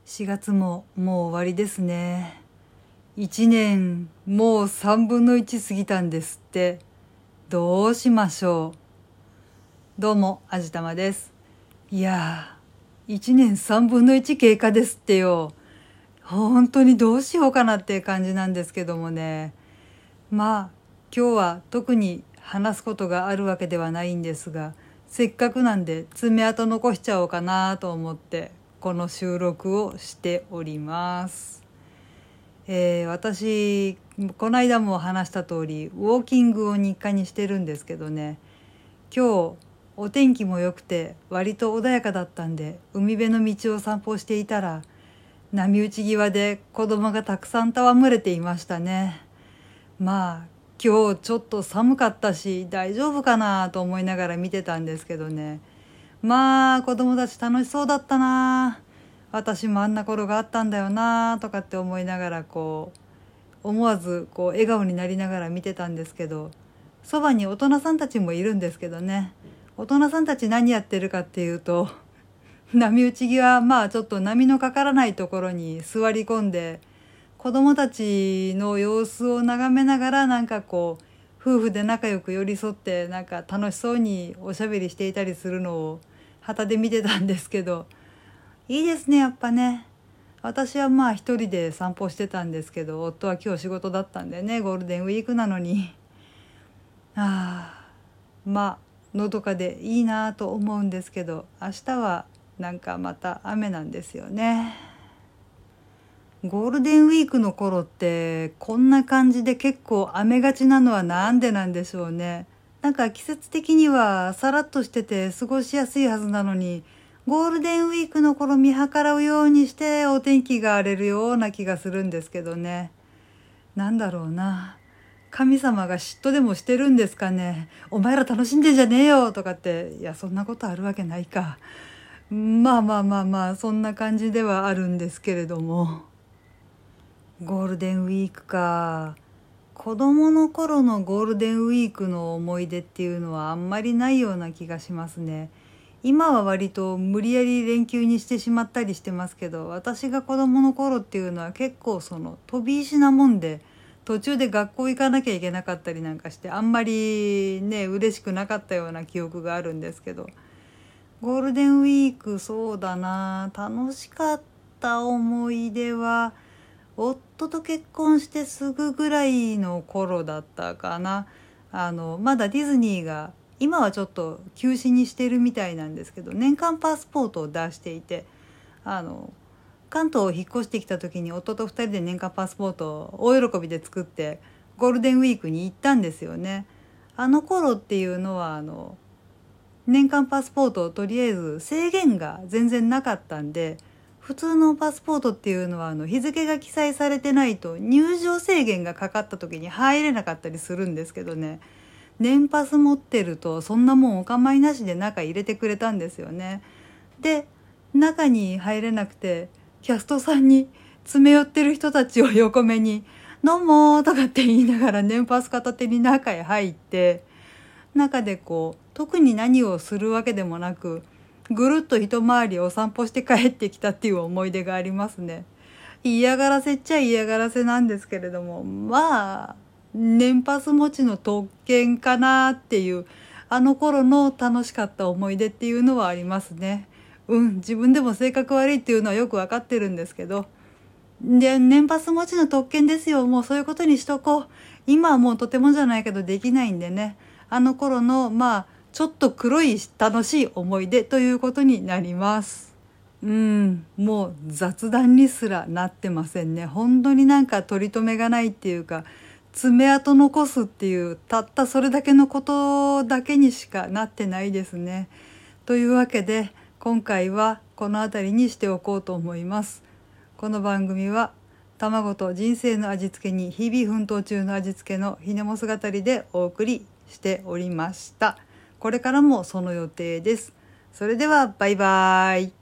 4月ももう終わりですね。1年もう3分の1過ぎたんですって。どうしましょう。どうも、あじたまです。いやー、1年3分の1経過ですってよ。本当にどうしようかなって感じなんですけどもね。まあ、今日は特に話すことがあるわけではないんですが、せっかくなんで爪痕残しちゃおうかなと思ってこの収録をしております。私この間も話した通りウォーキングを日課にしてるんですけどね、今日お天気も良くて割と穏やかだったんで海辺の道を散歩していたら、波打ち際で子供がたくさん戯れていましたね。まあ今日ちょっと寒かったし大丈夫かなと思いながら見てたんですけどね、まあ子供たち楽しそうだったな、私もあんな頃があったんだよなとかって思いながら思わず笑顔になりながら見てたんですけど、そばに大人さんたちもいるんですけどね、大人さんたち何やってるかっていうと波打ち際、まあちょっと波のかからないところに座り込んで子供たちの様子を眺めながら夫婦で仲良く寄り添って楽しそうにおしゃべりしていたりするのを旗で見てたんですけど、いいですねやっぱね。私はまあ一人で散歩してたんですけど、夫は今日仕事だったんでね、ゴールデンウィークなのにまあのどかでいいなと思うんですけど、明日はまた雨なんですよね。ゴールデンウィークの頃ってこんな感じで結構雨がちなのはなんでなんでしょうね。季節的にはさらっとしてて過ごしやすいはずなのに、ゴールデンウィークの頃見計らうようにしてお天気が荒れるような気がするんですけどね。なんだろうな。神様が嫉妬でもしてるんですかね。お前ら楽しんでんじゃねえよとかって、いやそんなことあるわけないか。まあそんな感じではあるんですけれども。ゴールデンウィークか。子供の頃のゴールデンウィークの思い出っていうのはあんまりないような気がしますね。今は割と無理やり連休にしてしまったりしてますけど、私が子供の頃っていうのは結構飛び石なもんで、途中で学校行かなきゃいけなかったりなんかして、あんまりね嬉しくなかったような記憶があるんですけど、ゴールデンウィークそうだな、楽しかった思い出は夫と結婚してすぐぐらいの頃だったかな。まだディズニーが今はちょっと休止にしてるみたいなんですけど、年間パスポートを出していて、関東を引っ越してきた時に夫と2人で年間パスポートを大喜びで作ってゴールデンウィークに行ったんですよね。あの頃っていうのは年間パスポートとりあえず制限が全然なかったんで、普通のパスポートっていうのは日付が記載されてないと入場制限がかかった時に入れなかったりするんですけどね、年パス持ってるとそんなもんお構いなしで中入れてくれたんですよね。で中に入れなくてキャストさんに詰め寄ってる人たちを横目に「どうも」とかって言いながら年パス片手に中へ入って、中で特に何をするわけでもなくぐるっと一回りお散歩して帰ってきたっていう思い出がありますね。嫌がらせっちゃ嫌がらせなんですけれども、まあ年パス持ちの特権かなっていう、あの頃の楽しかった思い出っていうのはありますね。自分でも性格悪いっていうのはよくわかってるんですけど、で年パス持ちの特権ですよ、もうそういうことにしとこう。今はもうとてもじゃないけどできないんでね、あの頃のちょっと黒い楽しい思い出ということになります。もう雑談にすらなってませんね。本当に取り留めがないっていうか、爪痕残すっていうたったそれだけのことだけにしかなってないですね。というわけで今回はこの辺りにしておこうと思います。この番組は卵と人生の味付けに日々奮闘中の味付けのひねもす語りでお送りしておりました。これからもその予定です。それではバイバイ。